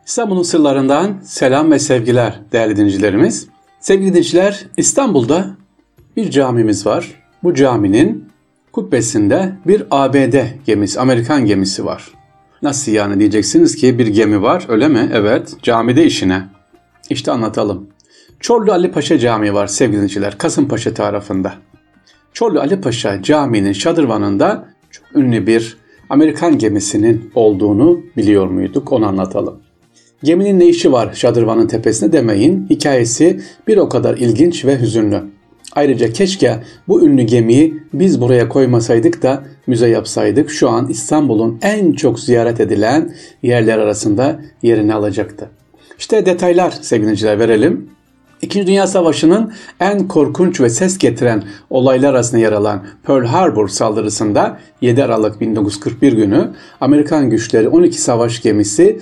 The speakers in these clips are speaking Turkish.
İstanbul'un sırlarından selam ve sevgiler değerli dinleyicilerimiz. Sevgili dinleyiciler, İstanbul'da bir camimiz var. Bu caminin kubbesinde bir ABD gemisi, Amerikan gemisi var. Nasıl yani diyeceksiniz ki bir gemi var, öyle mi? Evet, camide işine. İşte anlatalım. Çorlu Ali Paşa Camii var sevgili dinleyiciler, Kasımpaşa tarafında. Çorlu Ali Paşa Camii'nin şadırvanında çok ünlü bir Amerikan gemisinin olduğunu biliyor muyduk? Onu anlatalım. Geminin ne işi var şadırvanın tepesinde demeyin. Hikayesi bir o kadar ilginç ve hüzünlü. Ayrıca keşke bu ünlü gemiyi biz buraya koymasaydık da müze yapsaydık. Şu an İstanbul'un en çok ziyaret edilen yerler arasında yerini alacaktı. İşte detaylar sevgili dinleyiciler verelim. İkinci Dünya Savaşı'nın en korkunç ve ses getiren olaylar arasında yer alan Pearl Harbor saldırısında 7 Aralık 1941 günü Amerikan güçleri 12 savaş gemisi,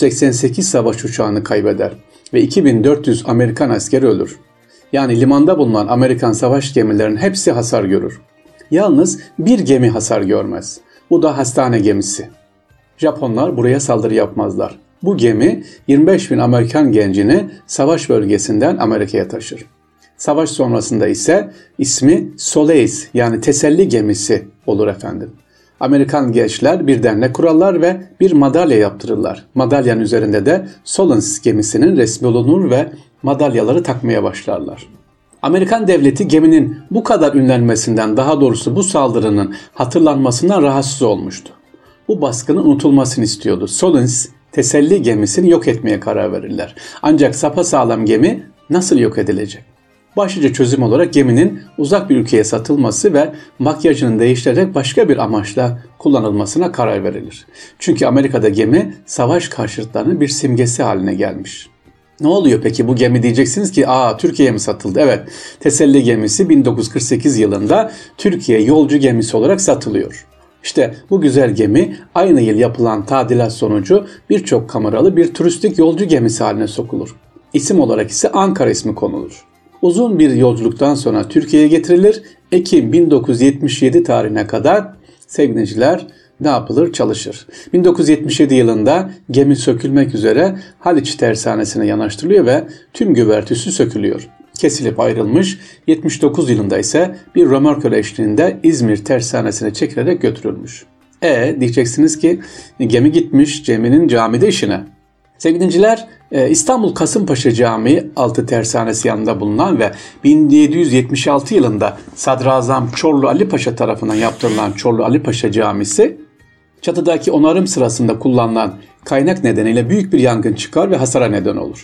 188 savaş uçağını kaybeder ve 2400 Amerikan askeri ölür. Yani limanda bulunan Amerikan savaş gemilerinin hepsi hasar görür. Yalnız bir gemi hasar görmez. Bu da hastane gemisi. Japonlar buraya saldırı yapmazlar. Bu gemi 25 bin Amerikan gencini savaş bölgesinden Amerika'ya taşır. Savaş sonrasında ise ismi Solace yani teselli gemisi olur efendim. Amerikan gençler bir dernek kurarlar ve bir madalya yaptırırlar. Madalyanın üzerinde de Solace gemisinin resmi bulunur ve madalyaları takmaya başlarlar. Amerikan devleti geminin bu kadar ünlenmesinden, daha doğrusu bu saldırının hatırlanmasından rahatsız olmuştu. Bu baskının unutulmasını istiyordu. Solace teselli gemisini yok etmeye karar verirler. Ancak sapasağlam gemi nasıl yok edilecek? Başlıca çözüm olarak geminin uzak bir ülkeye satılması ve makyajının değiştirerek başka bir amaçla kullanılmasına karar verilir. Çünkü Amerika'da gemi savaş karşıtlarının bir simgesi haline gelmiş. Ne oluyor peki bu gemi diyeceksiniz ki Türkiye'ye mi satıldı? Evet, teselli gemisi 1948 yılında Türkiye yolcu gemisi olarak satılıyor. İşte bu güzel gemi aynı yıl yapılan tadilat sonucu birçok kameralı bir turistik yolcu gemisi haline sokulur. İsim olarak ise Ankara ismi konulur. Uzun bir yolculuktan sonra Türkiye'ye getirilir. Ekim 1977 tarihine kadar sevgili dinleyiciler ne yapılır? Çalışır. 1977 yılında gemi sökülmek üzere Haliç Tersanesi'ne yanaştırılıyor ve tüm güvertesi sökülüyor. Kesilip ayrılmış, 79 yılında ise bir römorkör eşliğinde İzmir Tersanesi'ne çekilerek götürülmüş. Diyeceksiniz ki gemi gitmiş, geminin camide işine. Sevgili dinleyiciler, İstanbul Kasımpaşa Camii altı tersanesi yanında bulunan ve 1776 yılında Sadrazam Çorlu Ali Paşa tarafından yaptırılan Çorlu Ali Paşa Camisi, çatıdaki onarım sırasında kullanılan kaynak nedeniyle büyük bir yangın çıkar ve hasara neden olur.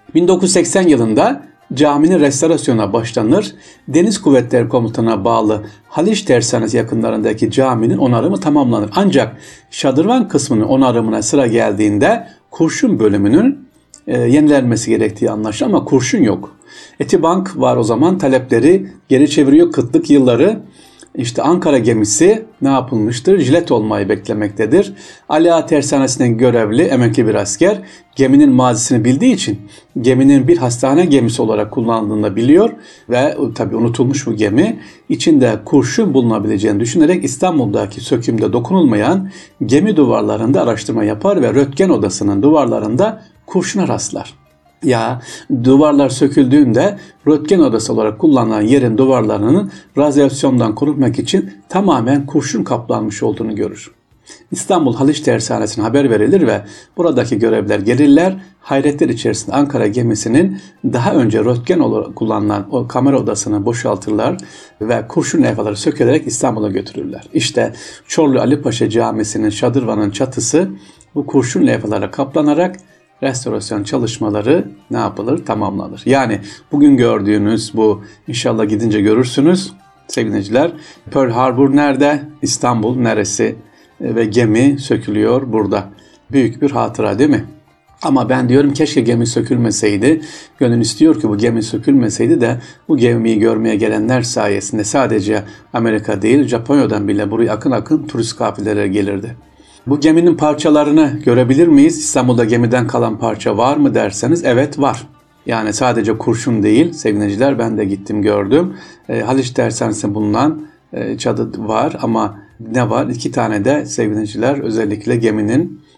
1980 yılında caminin restorasyona başlanır, Deniz Kuvvetleri Komutanı'na bağlı Haliç Tersanesi yakınlarındaki caminin onarımı tamamlanır. Ancak şadırvan kısmının onarımına sıra geldiğinde kurşun bölümünün yenilenmesi gerektiği anlaşılır ama kurşun yok. Etibank var o zaman, talepleri geri çeviriyor. Kıtlık yılları. İşte Ankara gemisi ne yapılmıştır? Jilet olmayı beklemektedir. Ali Ağa Tersanesi'nde görevli emekli bir asker geminin mazisini bildiği için geminin bir hastane gemisi olarak kullanıldığını da biliyor ve tabii unutulmuş bu gemi. İçinde kurşun bulunabileceğini düşünerek İstanbul'daki sökümde dokunulmayan gemi duvarlarında araştırma yapar ve röntgen odasının duvarlarında kurşuna rastlar. Ya duvarlar söküldüğünde röntgen odası olarak kullanılan yerin duvarlarının radyasyondan korunmak için tamamen kurşun kaplanmış olduğunu görür. İstanbul Haliç Tersanesi'ne haber verilir ve buradaki görevliler gelirler. Hayretler içerisinde Ankara gemisinin daha önce röntgen olarak kullanılan o kamera odasını boşaltırlar ve kurşun levhaları sökülerek İstanbul'a götürürler. İşte Çorlu Ali Paşa Camisi'nin şadırvanın çatısı bu kurşun levhalara kaplanarak restorasyon çalışmaları ne yapılır? Tamamlanır. Yani bugün gördüğünüz bu, inşallah gidince görürsünüz sevgili dinleyiciler. Pearl Harbor nerede? İstanbul neresi? Ve gemi sökülüyor burada. Büyük bir hatıra değil mi? Ama ben diyorum keşke gemi sökülmeseydi. Gönül istiyor ki bu gemi sökülmeseydi de bu gemiyi görmeye gelenler sayesinde sadece Amerika değil Japonya'dan bile buraya akın akın turist kafileleri gelirdi. Bu geminin parçalarını görebilir miyiz? İstanbul'da gemiden kalan parça var mı derseniz evet var. Yani sadece kurşun değil sevgili dinleyiciler, ben de gittim gördüm. Haliç Tersanesi'nde bulunan çadır var ama ne var? 2 tane de sevgili dinleyiciler özellikle geminin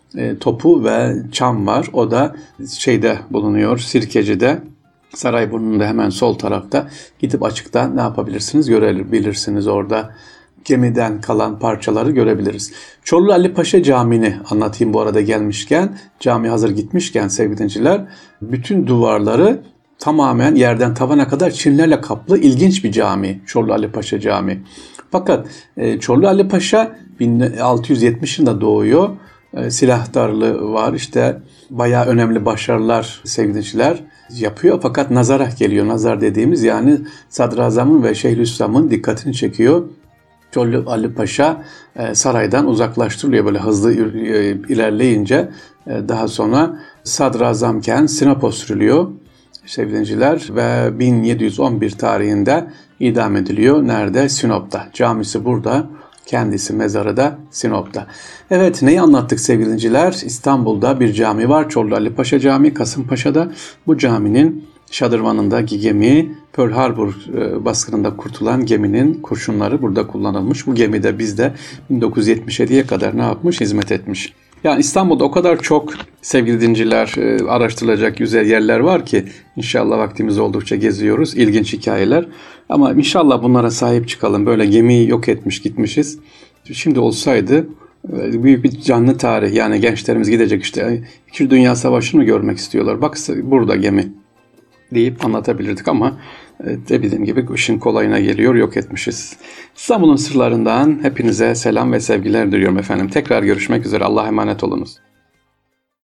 topu ve çam var. O da şeyde bulunuyor, Sirkeci'de. Sarayburnu'nda hemen sol tarafta. Gidip açıkta ne yapabilirsiniz? Görebilirsiniz orada. Gemiden kalan parçaları görebiliriz. Çorlu Ali Paşa Camii'ni anlatayım bu arada gelmişken. Cami hazır gitmişken sevgili dinleyiciler. Bütün duvarları tamamen yerden tavana kadar çinlerle kaplı ilginç bir cami. Çorlu Ali Paşa Camii. Fakat Çorlu Ali Paşa 1670 yılında doğuyor. Silahdarlığı var. İşte bayağı önemli başarılar sevgili dinleyiciler yapıyor. Fakat nazara geliyor. Nazar dediğimiz yani Sadrazam'ın ve Şeyhülislam'ın dikkatini çekiyor. Çorlu Ali Paşa saraydan uzaklaştırılıyor böyle hızlı ilerleyince. Daha sonra sadrazamken Sinop'a sürülüyor sevgili dinleyiciler ve 1711 tarihinde idam ediliyor. Nerede? Sinop'ta. Camisi burada. Kendisi mezarı da Sinop'ta. Evet, neyi anlattık sevgili dinleyiciler? İstanbul'da bir cami var. Çorlu Ali Paşa Camii, Kasımpaşa'da. Bu caminin şadırvanındaki gemi, Pearl Harbor baskınında kurtulan geminin kurşunları burada kullanılmış. Bu gemi de bizde 1977'ye kadar ne yapmış? Hizmet etmiş. Yani İstanbul'da o kadar çok sevgili dinleyiciler araştırılacak güzel yerler var ki inşallah vaktimiz oldukça geziyoruz. İlginç hikayeler. Ama inşallah bunlara sahip çıkalım. Böyle gemiyi yok etmiş gitmişiz. Şimdi olsaydı büyük bir canlı tarih. Yani gençlerimiz gidecek işte 2. Dünya Savaşı'nı görmek istiyorlar. Bak burada gemi deyip anlatabilirdik ama dediğim gibi işin kolayına geliyor, yok etmişiz. İstanbul'un sırlarından hepinize selam ve sevgiler diliyorum efendim. Tekrar görüşmek üzere. Allah'a emanet olunuz.